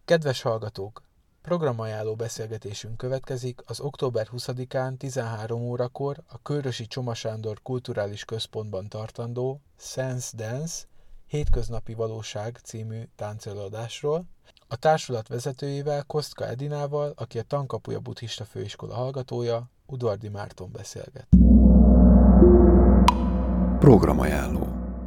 Kedves hallgatók! Programajánló beszélgetésünk következik az október 20-án 13 órakor a Kőrösi Csoma Sándor Kulturális Központban tartandó Sense Dance Hétköznapi Valóság című táncelőadásról, a társulat vezetőjével, Kostka Edinával, aki a Tankapuja Buddhista Főiskola hallgatója, Udvardy Márton beszélget. Programajánló.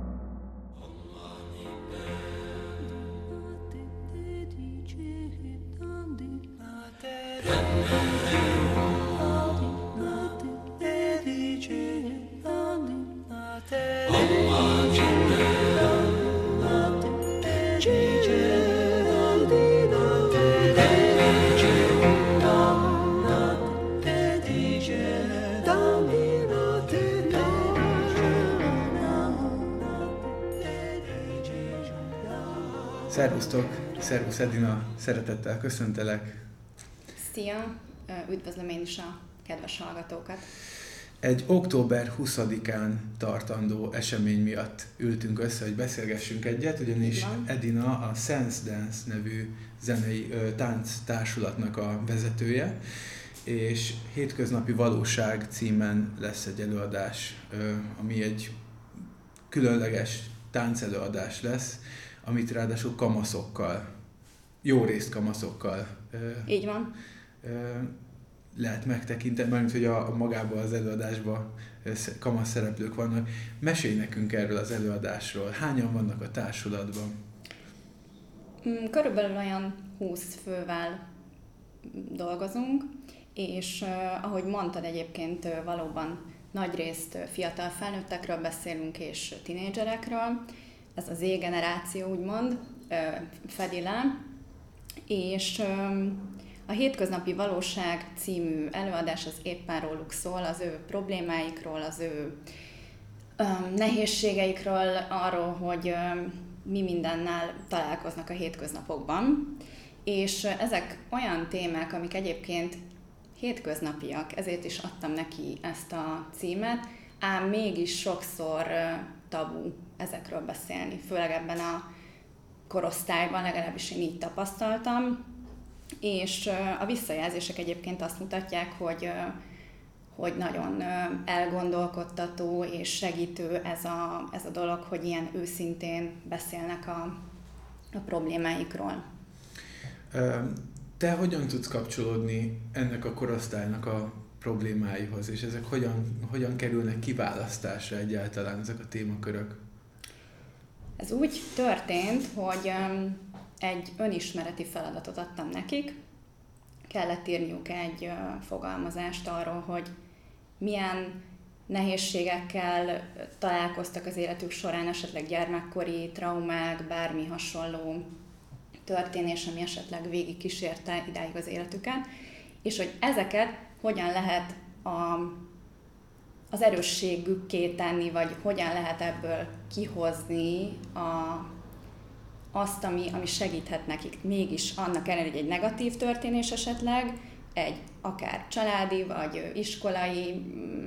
Szervusztok! Szervusz Edina! Szeretettel köszöntelek! Szia! Üdvözlöm én is a kedves hallgatókat! Egy október 20-án tartandó esemény miatt ültünk össze, hogy beszélgessünk egyet, ugyanis Edina a Sense Dance nevű zenei tánctársulatnak a vezetője, és Hétköznapi Valóság címen lesz egy előadás, ami egy különleges táncelőadás lesz, amit ráadásul kamaszokkal, jó részt kamaszokkal így van. Lehet megtekinteni, mármint hogy a magában az előadásban kamasz szereplők vannak. Mesélj nekünk erről az előadásról. Hányan vannak a társulatban? Körülbelül olyan 20 fővel dolgozunk, és ahogy mondtad egyébként, valóban nagyrészt fiatal felnőttekről beszélünk és tinédzserekről. Ez az Z-generáció úgymond fedi le, és a Hétköznapi Valóság című előadás az éppen róluk szól, az ő problémáikról, az ő nehézségeikről, arról, hogy mi mindennel találkoznak a hétköznapokban. És ezek olyan témák, amik egyébként hétköznapiak, ezért is adtam neki ezt a címet, ám mégis sokszor tabu ezekről beszélni, főleg ebben a korosztályban, legalábbis én így tapasztaltam, és a visszajelzések egyébként azt mutatják, hogy nagyon elgondolkodtató és segítő ez a dolog, hogy ilyen őszintén beszélnek a problémáikról. Te hogyan tudsz kapcsolódni ennek a korosztálynak a problémáihoz, és ezek hogyan kerülnek kiválasztásra egyáltalán ezek a témakörök? Ez úgy történt, hogy egy önismereti feladatot adtam nekik. Kellett írniuk egy fogalmazást arról, hogy milyen nehézségekkel találkoztak az életük során, esetleg gyermekkori traumák, bármi hasonló történés, ami esetleg végigkísérte idáig az életüket, és hogy ezeket hogyan lehet az erősségükké tenni, vagy hogyan lehet ebből kihozni azt, ami segíthet nekik mégis annak ellenére, hogy egy negatív történés esetleg, egy akár családi, vagy iskolai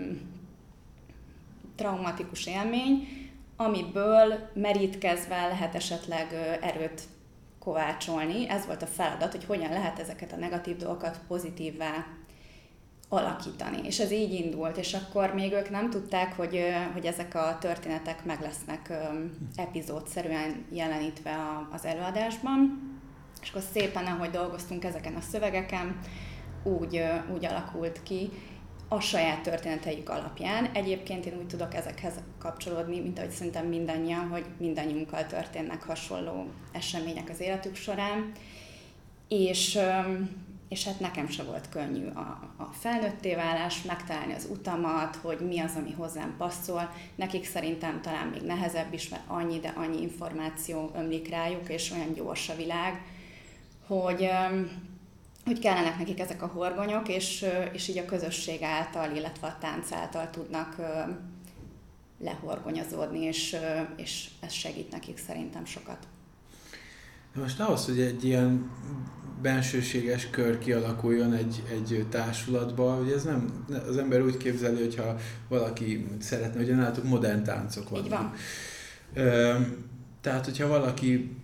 traumatikus élmény, amiből merítkezve lehet esetleg erőt kovácsolni. Ez volt a feladat, hogy hogyan lehet ezeket a negatív dolgokat pozitívvá alakítani. És ez így indult, és akkor még ők nem tudták, hogy ezek a történetek meg lesznek epizódszerűen jelenítve az előadásban. És akkor szépen, ahogy dolgoztunk ezeken a szövegeken, úgy alakult ki a saját történeteik alapján. Egyébként én úgy tudok ezekhez kapcsolódni, mint ahogy szerintem mindannyian, hogy mindannyiunkkal történnek hasonló események az életük során. És hát nekem se volt könnyű a felnőtté válás, megtalálni az utamat, hogy mi az, ami hozzám passzol. Nekik szerintem talán még nehezebb is, mert annyi információ ömlik rájuk, és olyan gyors a világ, hogy kellenek nekik ezek a horgonyok, és így a közösség által, illetve a tánc által tudnak lehorgonyozódni, és ez segít nekik szerintem sokat. Most ahhoz, hogy egy ilyen bensőséges kör kialakuljon egy társulatban, ugye ez nem, az ember úgy képzeli, hogyha valaki szeretne, ugye nálatok modern táncok vannak. Így van. Tehát, hogyha valaki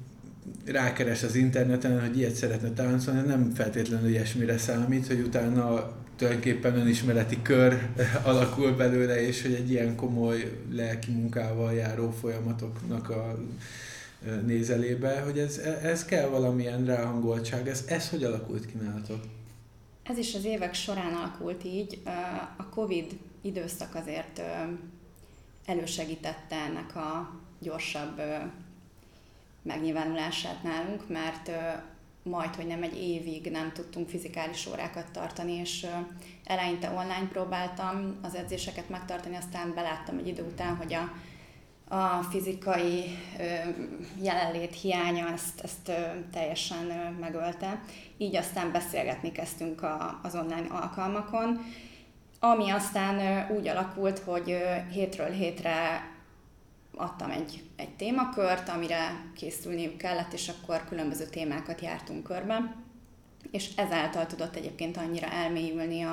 rákeres az interneten, hogy ilyet szeretne táncolni, nem feltétlenül ilyesmire számít, hogy utána tulajdonképpen önismereti kör alakul belőle, és hogy egy ilyen komoly lelki munkával járó folyamatoknak a nézelébe, hogy ez kell valamilyen ráhangoltság. Ez hogy alakult ki nálatok? Ez is az évek során alakult így. A Covid időszak azért elősegítette ennek a gyorsabb megnyilvánulását nálunk, mert majdhogy nem egy évig nem tudtunk fizikális órákat tartani, és eleinte online próbáltam az edzéseket megtartani, aztán beláttam egy idő után, hogy a fizikai jelenlét hiánya ezt teljesen megölte. Így aztán beszélgetni kezdtünk az online alkalmakon, ami aztán úgy alakult, hogy hétről hétre adtam egy témakört, amire készülniük kellett, és akkor különböző témákat jártunk körbe, és ezáltal tudott egyébként annyira elmélyülni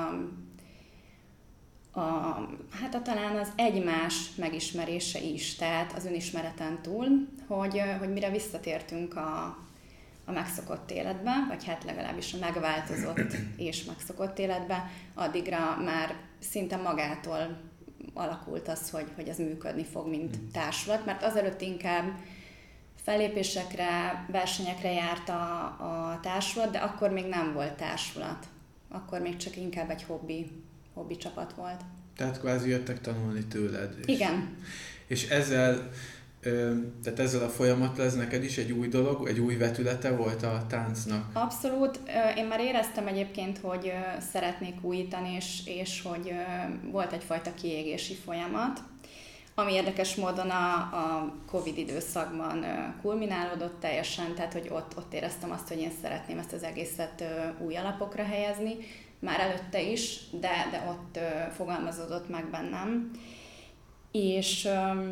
talán az egymás megismerése is, tehát az önismereten túl, hogy mire visszatértünk a megszokott életbe, vagy hát legalábbis a megváltozott és megszokott életbe, addigra már szinte magától alakult az, hogy ez működni fog, mint társulat, mert azelőtt inkább fellépésekre, versenyekre járt a társulat, de akkor még nem volt társulat. Akkor még csak inkább egy hobbi csapat volt. Tehát kvázi jöttek tanulni tőled. Igen. És ezzel a folyamattal ez neked is egy új dolog, egy új vetülete volt a táncnak? Abszolút. Én már éreztem egyébként, hogy szeretnék újítani, és hogy volt egyfajta kiégési folyamat, ami érdekes módon a Covid időszakban kulminálódott teljesen, tehát hogy ott éreztem azt, hogy én szeretném ezt az egészet új alapokra helyezni, már előtte is, de ott fogalmazódott meg bennem. És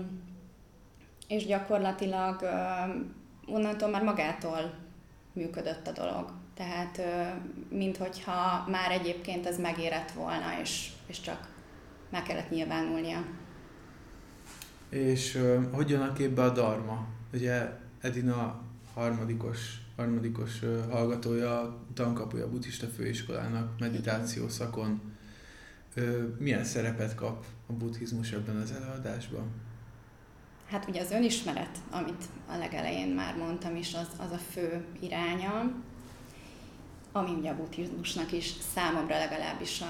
gyakorlatilag onnantól már magától működött a dolog. Tehát minthogyha már egyébként ez megérett volna, és csak meg kellett nyilvánulnia. És hogy jön a képbe a dharma? Ugye Edina harmadikos hallgatója, tankapuja a buddhista főiskolának, meditáció szakon. Milyen szerepet kap a buddhizmus ebben az előadásban? Hát ugye az önismeret, amit a legelején már mondtam is, az a fő iránya, ami ugye a buddhizmusnak is számomra legalábbis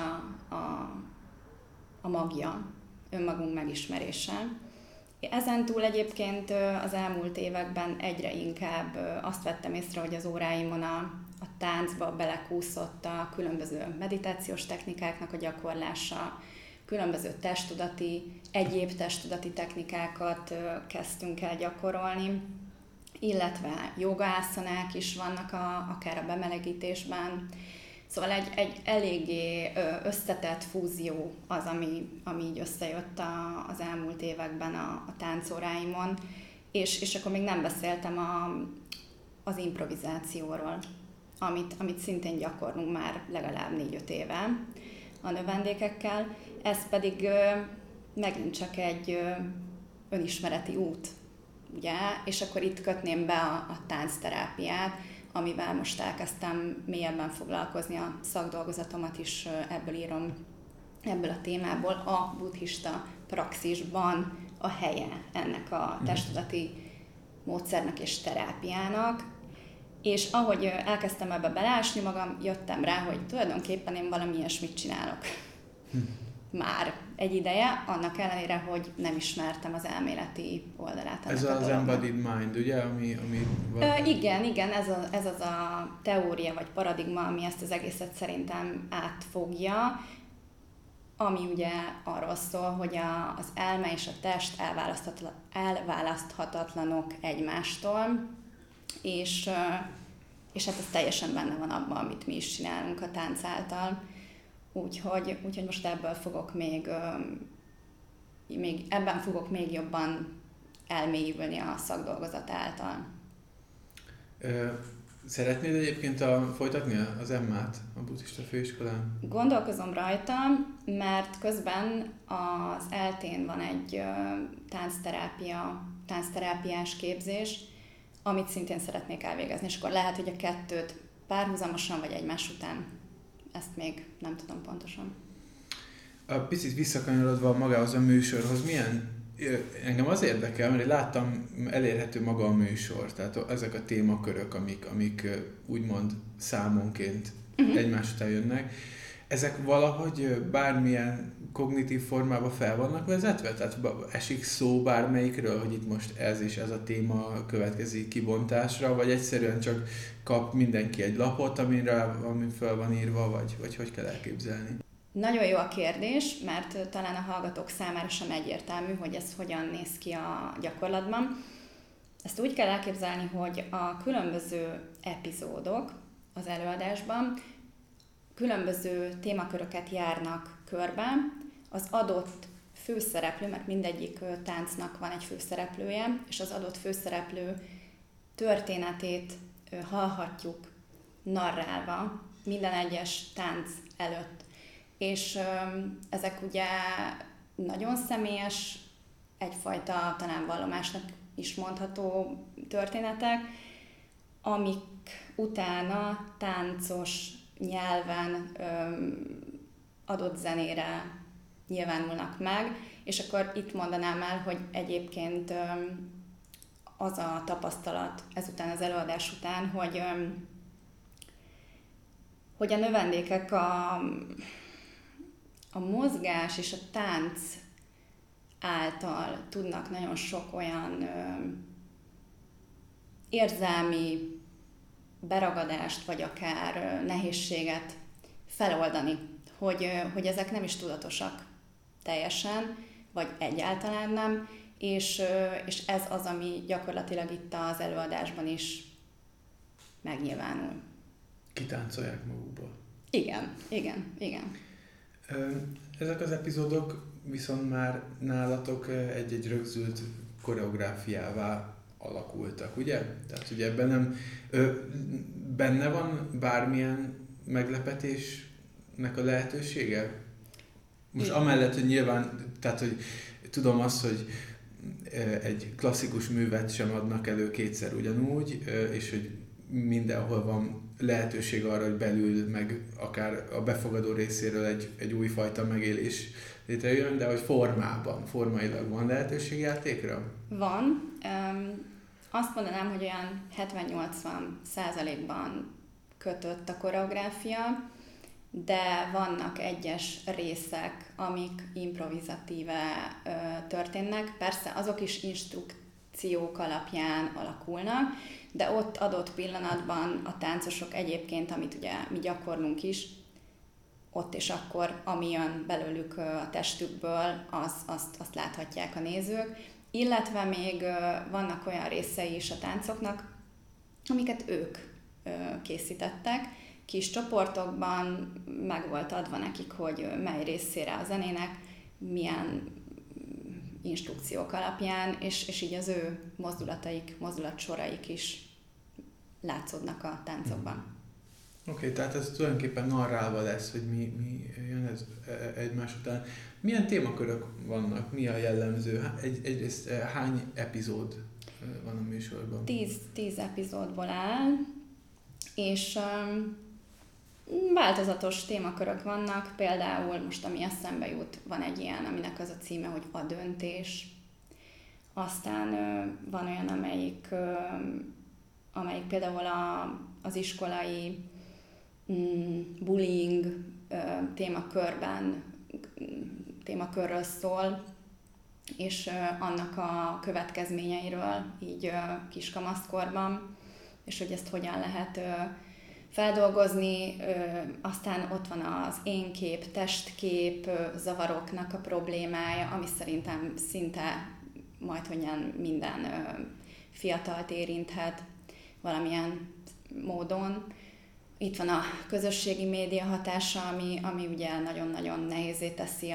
a magja, önmagunk megismerése. Ezen túl egyébként az elmúlt években egyre inkább azt vettem észre, hogy az óráimon a táncba belekúszott a különböző meditációs technikáknak a gyakorlása, különböző egyéb testtudati technikákat kezdtünk el gyakorolni, illetve jogaászanák is vannak akár a bemelegítésben. Szóval egy eléggé összetett fúzió az, ami így összejött az elmúlt években a táncóráimon, és akkor még nem beszéltem az improvizációról, amit szintén gyakorlunk már legalább 4-5 éve a növendékekkel. Ez pedig megint csak egy önismereti út, ugye? És akkor itt kötném be a táncterápiát, amivel most elkezdtem mélyebben foglalkozni, a szakdolgozatomat is ebből írom, ebből a témából, a buddhista praxisban a helye ennek a testtudati módszernek és terápiának. És ahogy elkezdtem ebbe beleásni magam, jöttem rá, hogy tulajdonképpen én valami ilyesmit csinálok. Már egy ideje, annak ellenére, hogy nem ismertem az elméleti oldalát. Ez az embodied mind, ugye? Igen, ez az a teória vagy paradigma, ami ezt az egészet szerintem átfogja, ami ugye arról szól, hogy az elme és a test elválaszthatatlanok egymástól, és hát ez teljesen benne van abban, amit mi is csinálunk a tánc által. Úgyhogy most ebből fogok ebben fogok még jobban elmélyülni a szakdolgozat által. Szeretnéd egyébként folytatni az EMMÁT a buddhista főiskolán? Gondolkozom rajta, mert közben az ELTÉN van egy táncterápiás képzés, amit szintén szeretnék elvégezni, és akkor lehet, hogy a kettőt párhuzamosan vagy egymás után, ezt még nem tudom pontosan. A picit visszakanyarodva magához a műsorhoz, engem az érdekel, mert én láttam, elérhető maga a műsor, tehát ezek a témakörök, amik úgymond számonként egymás után jönnek, ezek valahogy bármilyen kognitív formában fel vannak vezetve? Tehát esik szó bármelyikről, hogy itt most ez és ez a téma következik kibontásra, vagy egyszerűen csak kap mindenki egy lapot, ami fel van írva, vagy hogy kell elképzelni? Nagyon jó a kérdés, mert talán a hallgatók számára sem egyértelmű, hogy ez hogyan néz ki a gyakorlatban. Ezt úgy kell elképzelni, hogy a különböző epizódok az előadásban különböző témaköröket járnak körbe, az adott főszereplő, mert mindegyik táncnak van egy főszereplője, és az adott főszereplő történetét hallhatjuk narrálva minden egyes tánc előtt. És ezek ugye nagyon személyes, egyfajta talán vallomásnak is mondható történetek, amik utána táncos nyelven adott zenére nyilvánulnak meg, és akkor itt mondanám el, hogy egyébként az a tapasztalat ezután az előadás után, hogy a növendékek a mozgás és a tánc által tudnak nagyon sok olyan érzelmi beragadást, vagy akár nehézséget feloldani, hogy ezek nem is tudatosak teljesen, vagy egyáltalán nem, és ez az, ami gyakorlatilag itt az előadásban is megnyilvánul. Kitáncolják magukból. Igen. Ezek az epizódok viszont már nálatok egy rögzült koreográfiává alakultak, ugye? Tehát ugye ebben nem... benne van bármilyen meglepetésnek a lehetősége? Most amellett, hogy nyilván, tehát hogy tudom azt, hogy egy klasszikus művet sem adnak elő kétszer ugyanúgy, és hogy mindenhol van lehetőség arra, hogy belül, meg akár a befogadó részéről egy újfajta megélés létrejön, de hogy formailag van lehetőség játékra? Van. Azt mondanám, hogy olyan 70-80%-ban kötött a koreográfia, de vannak egyes részek, amik improvizatíve történnek. Persze azok is instrukciók alapján alakulnak, de ott adott pillanatban a táncosok egyébként, amit ugye mi gyakorlunk is, ott és akkor, ami jön belőlük a testükből, azt láthatják a nézők. Illetve még vannak olyan részei is a táncoknak, amiket ők készítettek. Kis csoportokban meg volt adva nekik, hogy mely részére a zenének, milyen instrukciók alapján, és így az ő mozdulatsoraik is látszódnak a táncokban. Oké, tehát ez tulajdonképpen narrálva lesz, hogy mi jön ez egymás után. Milyen témakörök vannak? Mi a jellemző? Egyrészt hány epizód van a műsorban? 10 epizódból áll, és változatos témakörök vannak, például most ami eszembe jut, van egy ilyen, aminek az a címe, hogy a döntés. Aztán van olyan, amelyik például az iskolai bullying témakörről szól, és annak a következményeiről így kiskamaszkorban, és hogy ezt hogyan lehet feldolgozni. Aztán ott van az énkép, testkép zavaroknak a problémája, ami szerintem szinte majdhogy minden fiatalt érinthet valamilyen módon. Itt van a közösségi média hatása, ami ugye nagyon-nagyon nehézé teszi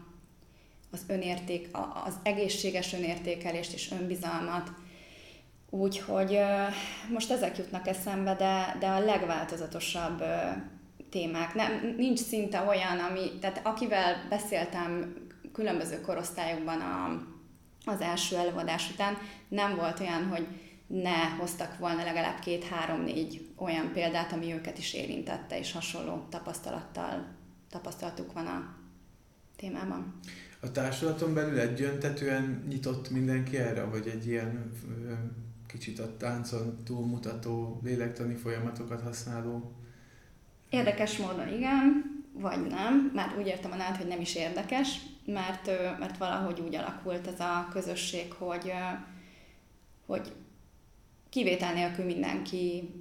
az egészséges önértékelést és önbizalmat. Úgyhogy most ezek jutnak eszembe, de a legváltozatosabb témák. Nincs szinte olyan, tehát akivel beszéltem különböző korosztályokban az első előadás után, nem volt olyan, hogy ne hoztak volna legalább 2-3-4 olyan példát, ami őket is érintette, és hasonló tapasztalatuk van a témában. A társulaton belül egyöntetően nyitott mindenki erre, vagy egy ilyen kicsit a táncon túlmutató lélektani folyamatokat használó? Érdekes módon igen, vagy nem. Már úgy értem a nálad, hogy nem is érdekes, mert valahogy úgy alakult ez a közösség, hogy kivétel nélkül mindenki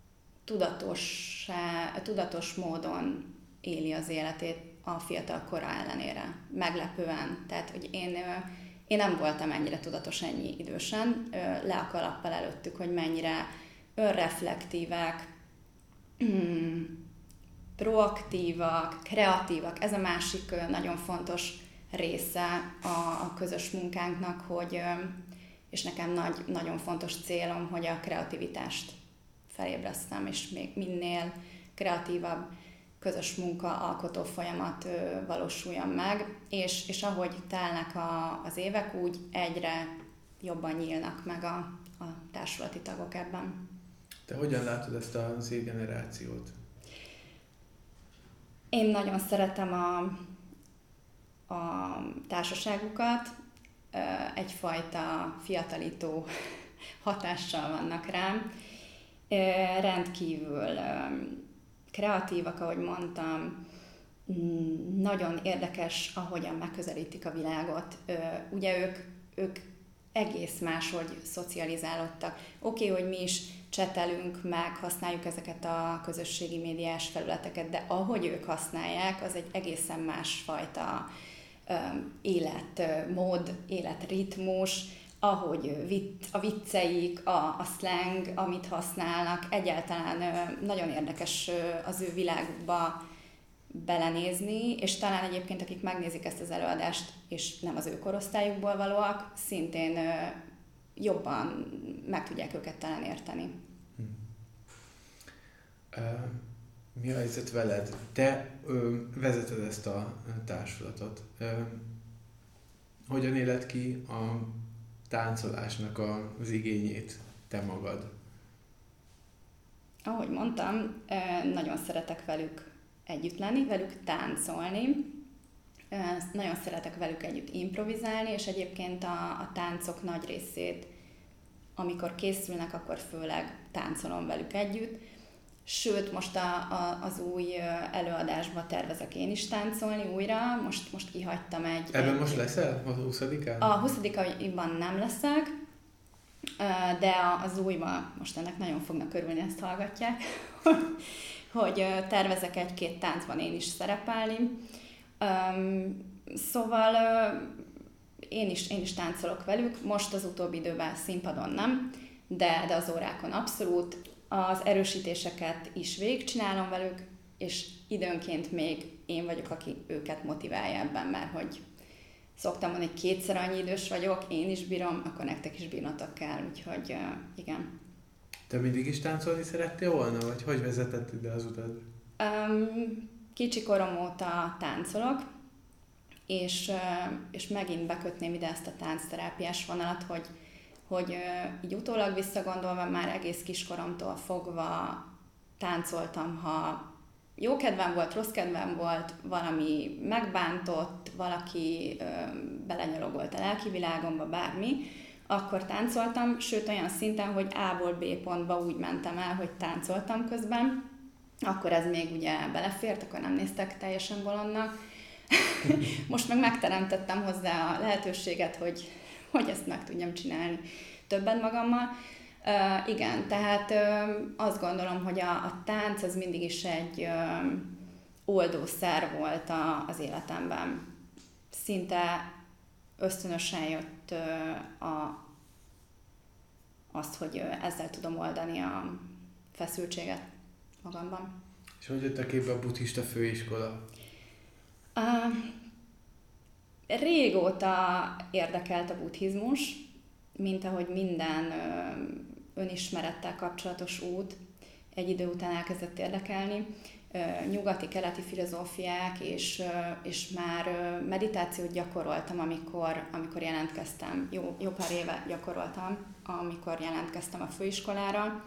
tudatos módon éli az életét a fiatal kora ellenére. Meglepően. Tehát, hogy én nem voltam ennyire tudatos ennyi idősen, le a kalappal előttük, hogy mennyire önreflektívek, proaktívak, kreatívak. Ez a másik nagyon fontos része a közös munkánknak, és nekem nagyon fontos célom, hogy a kreativitást felébresztem, és még minél kreatívabb közös munka, alkotó folyamat valósuljon meg, és ahogy telnek az évek, úgy egyre jobban nyílnak meg a társulati tagok ebben. Te hogyan látod ezt a Z-generációt? Én nagyon szeretem a társaságukat, egyfajta fiatalító hatással vannak rám. Rendkívül kreatívak, ahogy mondtam, nagyon érdekes, ahogyan megközelítik a világot. Ugye ők egész máshogy szocializálódtak. Oké, hogy mi is csetelünk, meg használjuk ezeket a közösségi médiás felületeket, de ahogy ők használják, az egy egészen másfajta életmód, életritmus, ahogy a vicceik, a slang, amit használnak, egyáltalán nagyon érdekes az ő világukba belenézni, és talán egyébként, akik megnézik ezt az előadást, és nem az ő korosztályukból valóak, szintén jobban meg tudják őket talán érteni. Mi a helyzet veled? Te vezeted ezt a társulatot. Hogyan éled ki a táncolásnak az igényét te magad? Ahogy mondtam, nagyon szeretek velük együtt lenni, velük táncolni, nagyon szeretek velük együtt improvizálni, és egyébként a táncok nagy részét, amikor készülnek, akkor főleg táncolom velük együtt. Sőt, most az új előadásba tervezek én is táncolni újra, most kihagytam egy... Ebben most leszel? A 20-án? A 20-ban nem leszek, de az újban most ennek nagyon fognak örülni, ezt hallgatják, hogy tervezek 1-2 táncban én is szerepelni. Szóval én is táncolok velük, most az utóbbi időben színpadon nem, de az órákon abszolút. Az erősítéseket is végigcsinálom velük, és időnként még én vagyok, aki őket motiválja ebben, mert hogy szoktam mondani, hogy 2-szer annyi idős vagyok, én is bírom, akkor nektek is bírnatok kell, úgyhogy igen. Te mindig is táncolni szerettél volna, vagy hogy vezetett ide az utat? Kicsi korom óta táncolok, és megint bekötném ide ezt a táncterápiás vonalat, hogy így utólag visszagondolva már egész kiskoromtól fogva táncoltam, ha jó kedvem volt, rossz kedvem volt, valami megbántott, valaki belenyalogolt a lelki világomba, bármi, akkor táncoltam, sőt olyan szinten, hogy A-ból B pontba úgy mentem el, hogy táncoltam közben, akkor ez még ugye belefért, akkor nem néztek teljesen bolondnak. Most meg megteremtettem hozzá a lehetőséget, hogy ezt meg tudjam csinálni többet magammal. Igen, tehát azt gondolom, hogy a tánc az mindig is egy oldószer volt az életemben. Szinte ösztönösen jött azt, hogy ezzel tudom oldani a feszültséget magamban. És hogy jött a képbe a buddhista főiskola? Régóta érdekelt a buddhizmus, mint ahogy minden önismerettel kapcsolatos út egy idő után elkezdett érdekelni. nyugati, keleti filozófiák, és már meditációt gyakoroltam, amikor jelentkeztem. Jó pár éve gyakoroltam, amikor jelentkeztem a főiskolára.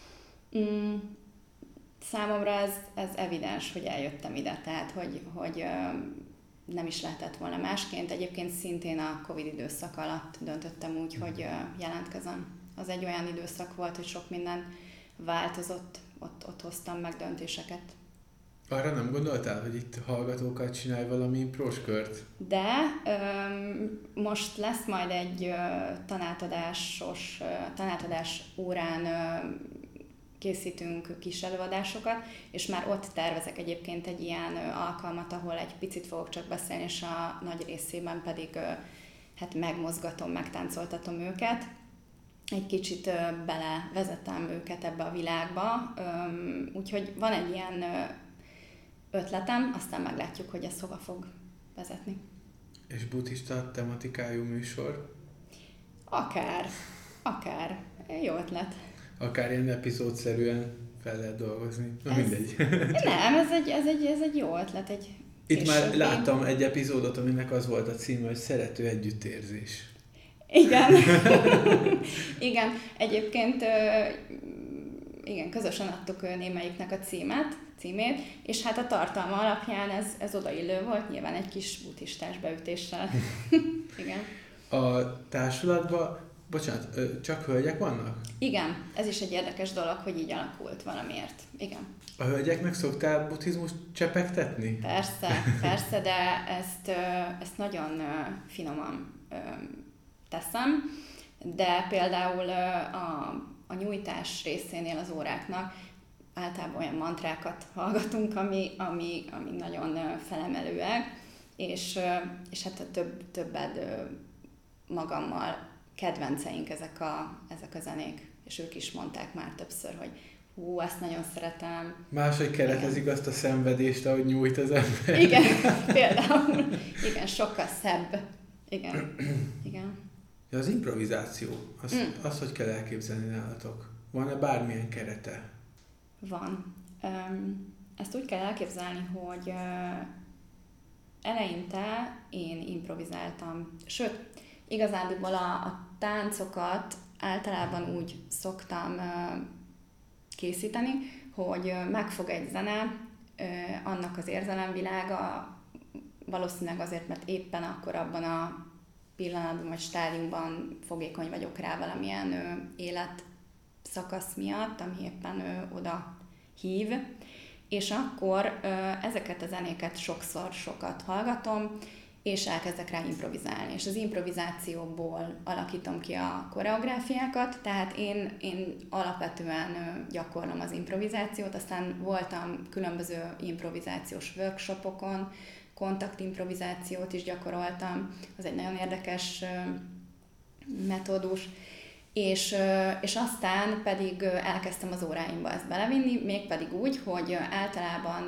Számomra ez evidens, hogy eljöttem ide, tehát hogy nem is lehetett volna másként. Egyébként szintén a Covid időszak alatt döntöttem úgy, hogy jelentkezem. Az egy olyan időszak volt, hogy sok minden változott, ott hoztam meg döntéseket. Arra nem gondoltál, hogy itt hallgatókat csinálj valami impróskört? De most lesz majd egy tanácsadás órán készítünk kis előadásokat, és már ott tervezek egyébként egy ilyen alkalmat, ahol egy picit fogok csak beszélni, és a nagy részében pedig hát megmozgatom, megtáncoltatom őket. Egy kicsit belevezetem őket ebbe a világba, úgyhogy van egy ilyen ötletem, aztán meglátjuk, hogy ez hova fog vezetni. És buddhista tematikájú műsor? Akár. Jó ötlet. Akár ilyen epizódszerűen fel lehet dolgozni. Na mindegy. Nem, ez egy jó ötlet. Itt már láttam egy epizódot, aminek az volt a címe, hogy szerető együttérzés. Igen. Igen. Egyébként igen, közösen adtuk némelyiknek a címét, és hát a tartalma alapján ez odaillő volt, nyilván egy kis buddhistás beütéssel. Igen. A társulatban, bocsánat, csak hölgyek vannak? Igen, ez is egy érdekes dolog, hogy így alakult valamiért. Igen. A hölgyeknek szoktál buddhizmust csepegtetni? Persze, de ezt nagyon finoman teszem, de például a nyújtás részénél az óráknak általában olyan mantrákat hallgatunk, ami nagyon felemelőek, és hát a többed magammal kedvenceink ezek a zenék, és ők is mondták már többször, hogy ezt nagyon szeretem. Máshogy keretezik azt a szenvedést, ahogy nyújt az ember. Igen, például. Igen, sokkal szebb. Igen. Ja, az improvizáció, az hogy kell elképzelni nálatok? Van-e bármilyen kerete? Van. Ezt úgy kell elképzelni, hogy eleinte én improvizáltam. Sőt, igazándiból a táncokat általában úgy szoktam készíteni, hogy megfog egy zene, annak az érzelemvilága, valószínűleg azért, mert éppen akkor abban a pillanatban vagy stádiumban fogékony vagyok rá valamilyen életszakasz miatt, ami éppen oda hív, és akkor ezeket a zenéket sokat hallgatom, és elkezdek rá improvizálni. És az improvizációból alakítom ki a koreográfiákat, tehát én alapvetően gyakorlom az improvizációt, aztán voltam különböző improvizációs workshopokon, kontaktimprovizációt is gyakoroltam, az egy nagyon érdekes metódus, és aztán pedig elkezdtem az óráimba ezt belevinni, mégpedig úgy, hogy általában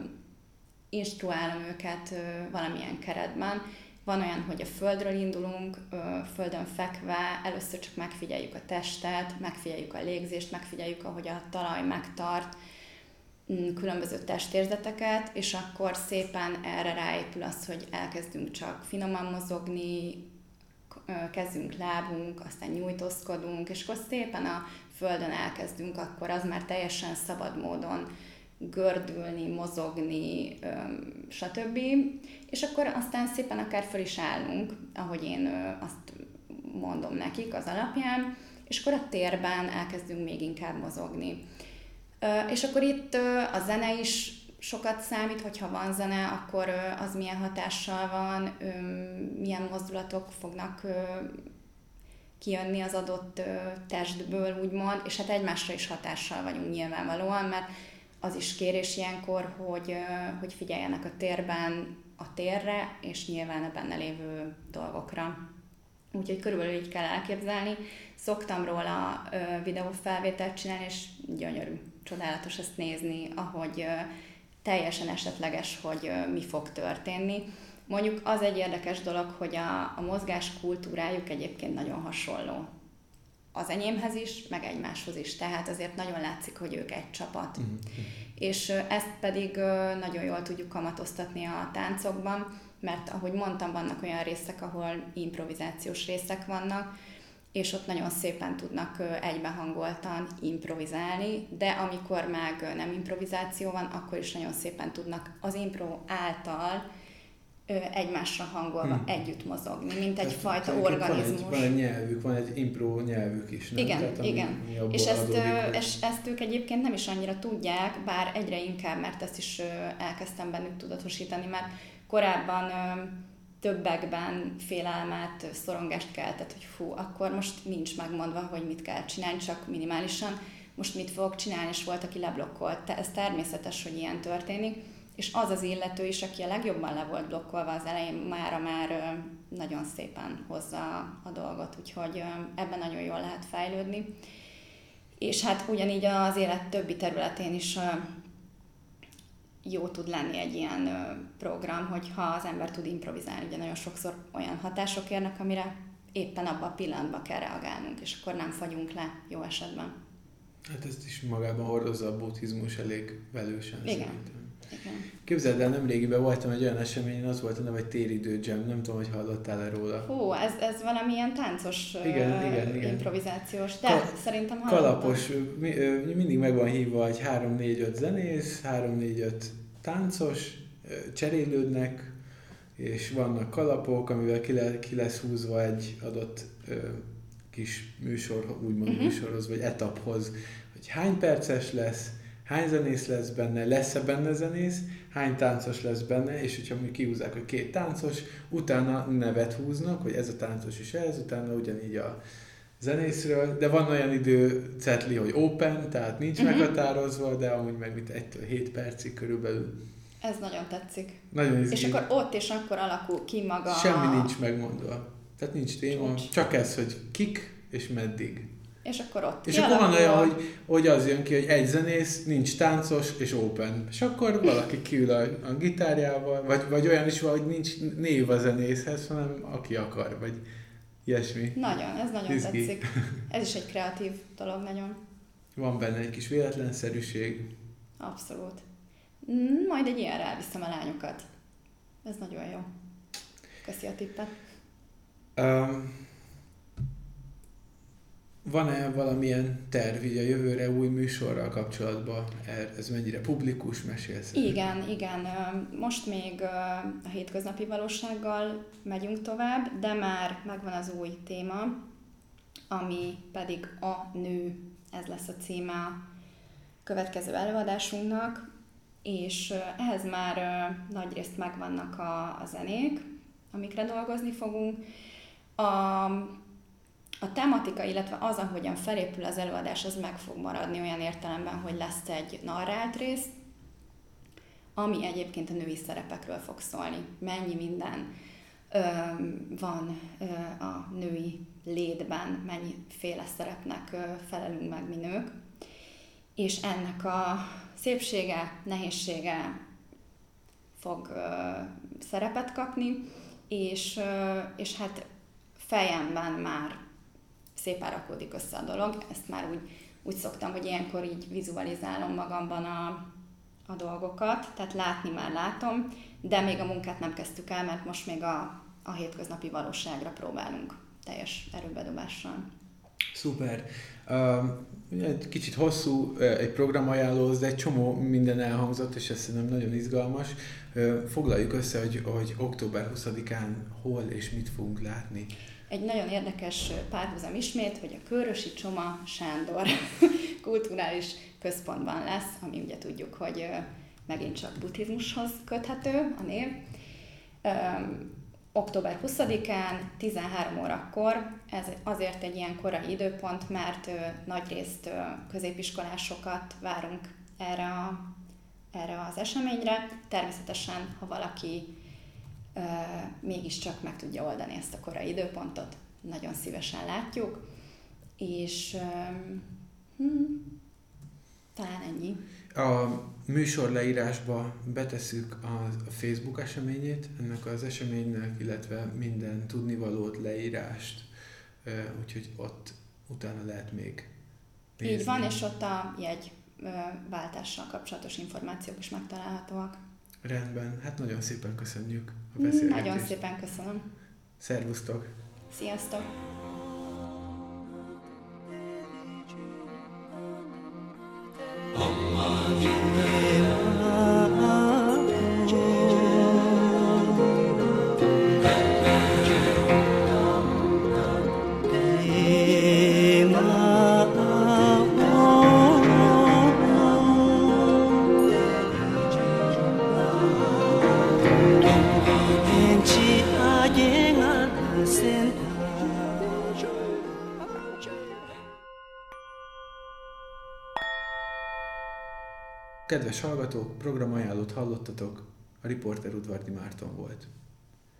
instruálom őket valamilyen keretben. Van olyan, hogy a földről indulunk, földön fekve, először csak megfigyeljük a testet, megfigyeljük a légzést, megfigyeljük, ahogy a talaj megtart, különböző testérzeteket, és akkor szépen erre ráépül az, hogy elkezdünk csak finoman mozogni, kezünk, lábunk, aztán nyújtózkodunk, és akkor szépen a földön elkezdünk, akkor az már teljesen szabad módon gördülni, mozogni, stb. És akkor aztán szépen akár föl is állunk, ahogy én azt mondom nekik az alapján, és akkor a térben elkezdünk még inkább mozogni. És akkor itt a zene is sokat számít, hogyha van zene, akkor az milyen hatással van, milyen mozdulatok fognak kijönni az adott testből, úgymond, és hát egymásra is hatással vagyunk nyilvánvalóan, mert az is kérés ilyenkor, hogy figyeljenek a térben a térre, és nyilván a benne lévő dolgokra. Úgyhogy körülbelül így kell elképzelni. Szoktam róla videófelvételt csinálni, és gyönyörű, csodálatos ezt nézni, ahogy teljesen esetleges, hogy mi fog történni. Mondjuk az egy érdekes dolog, hogy a mozgás kultúrájuk egyébként nagyon hasonló az enyémhez is, meg egymáshoz is. Tehát azért nagyon látszik, hogy ők egy csapat. És ezt pedig nagyon jól tudjuk kamatoztatni a táncokban, mert ahogy mondtam, vannak olyan részek, ahol improvizációs részek vannak, és ott nagyon szépen tudnak egybehangoltan improvizálni, de amikor meg nem improvizáció van, akkor is nagyon szépen tudnak az impro által egymásra hangolva együtt mozogni, mint egyfajta organizmus. Van egy nyelvük, van egy impro nyelvük is, nem? Igen, tehát, igen. És ezt ők egyébként nem is annyira tudják, bár egyre inkább, mert ezt is elkezdtem bennük tudatosítani, mert korábban többekben félelmet, szorongást keltett, hogy fú, akkor most nincs megmondva, hogy mit kell csinálni, csak minimálisan, most mit fogok csinálni, és volt, aki leblokkolt. Ez természetes, hogy ilyen történik, és az az illető is, aki a legjobban le volt blokkolva az elején, már nagyon szépen hozza a dolgot, úgyhogy ebben nagyon jól lehet fejlődni. És hát ugyanígy az élet többi területén is jó tud lenni egy ilyen program, hogyha az ember tud improvizálni. Ugye nagyon sokszor olyan hatások érnek, amire éppen abban a pillanatban kell reagálnunk, és akkor nem fagyunk le jó esetben. Hát ezt is magában hordozza a buddhizmus elég velősen. Igen. Szerintem. Igen. Képzeld el, nemrégiben voltam egy olyan eseményen, az volt a neve, hogy téridő jam, nem tudom, hogy hallottál-e róla. Hú, ez valamilyen táncos igen. improvizációs, de szerintem hallottam. Kalapos, mindig meg van hívva, hogy 3-4-5 zenész, 3-4-5 táncos, cserélődnek, és vannak kalapok, amivel ki lesz húzva egy adott kis műsor, úgymond műsorhoz, vagy etaphoz, hogy hány perces lesz, hány zenész lesz benne, lesz-e benne zenész, hány táncos lesz benne, és hogyha mi kihúzzák, hogy 2 táncos, utána nevet húznak, hogy ez a táncos is ez, utána ugyanígy a zenészről, de van olyan időcetli, hogy open, tehát nincs meghatározva, de amúgy meg mint 1-7 percig körülbelül. Ez nagyon tetszik. Nagyon és akkor ott és akkor alakul ki maga... Semmi nincs megmondva. Tehát nincs téma, csak ez, hogy kik és meddig. És akkor ott és akkor van olyan, hogy az jön ki, hogy egy zenész, nincs táncos és open. És akkor valaki kiül a gitárjával, vagy olyan is van, hogy nincs név a zenészhez, hanem aki akar, vagy ilyesmi. Nagyon, ez nagyon izgi. Tetszik. Ez is egy kreatív dolog nagyon. Van benne egy kis véletlenszerűség. Abszolút. Majd egy ilyenre elviszem a lányokat. Ez nagyon jó. Köszi a tippet. Van-e valamilyen terv így a jövőre új műsorral kapcsolatban? Ez mennyire publikus? Mesélsz? Igen. Most még a hétköznapi valósággal megyünk tovább, de már megvan az új téma, ami pedig a nő. Ez lesz a címe a következő előadásunknak, és ehhez már nagyrészt megvannak a zenék, amikre dolgozni fogunk. A tematika, illetve az, ahogyan felépül az előadás, az meg fog maradni olyan értelemben, hogy lesz egy narrált rész, ami egyébként a női szerepekről fog szólni. Mennyi minden van a női létben, mennyiféle szerepnek felelünk meg mi nők, és ennek a szépsége, nehézsége fog szerepet kapni, és hát fejemben már szépen rakódik össze a dolog. Ezt már úgy szoktam, hogy ilyenkor így vizualizálom magamban a dolgokat, tehát látni már látom, de még a munkát nem kezdtük el, mert most még a hétköznapi valóságra próbálunk teljes erőbedobással. Szuper. Egy kicsit hosszú egy programajánlóz, de egy csomó minden elhangzott, és ez szerintem nagyon izgalmas. Foglaljuk össze, hogy október 20-án hol és mit fogunk látni. Egy nagyon érdekes párhuzam ismét, hogy a Körösi Csoma Sándor kulturális központban lesz, ami ugye tudjuk, hogy megint csak buddhizmushoz köthető a név. Október 20-án, 13 órakor, ez azért egy ilyen korai időpont, mert nagyrészt középiskolásokat várunk erre az eseményre. Természetesen, ha valaki mégiscsak meg tudja oldani ezt a korai időpontot, nagyon szívesen látjuk, és talán ennyi. A műsor leírásba betesszük a Facebook eseményét, ennek az eseménynek, illetve minden tudnivalót, leírást, úgyhogy ott utána lehet még nézni. Így van, és ott a jegyváltással kapcsolatos információk is megtalálhatóak. Rendben, hát nagyon szépen köszönjük a beszélgetést. Nagyon szépen köszönöm. Szervusztok! Sziasztok! Kedves hallgatók, programajánlót hallottatok, a riporter Udvardy Márton volt.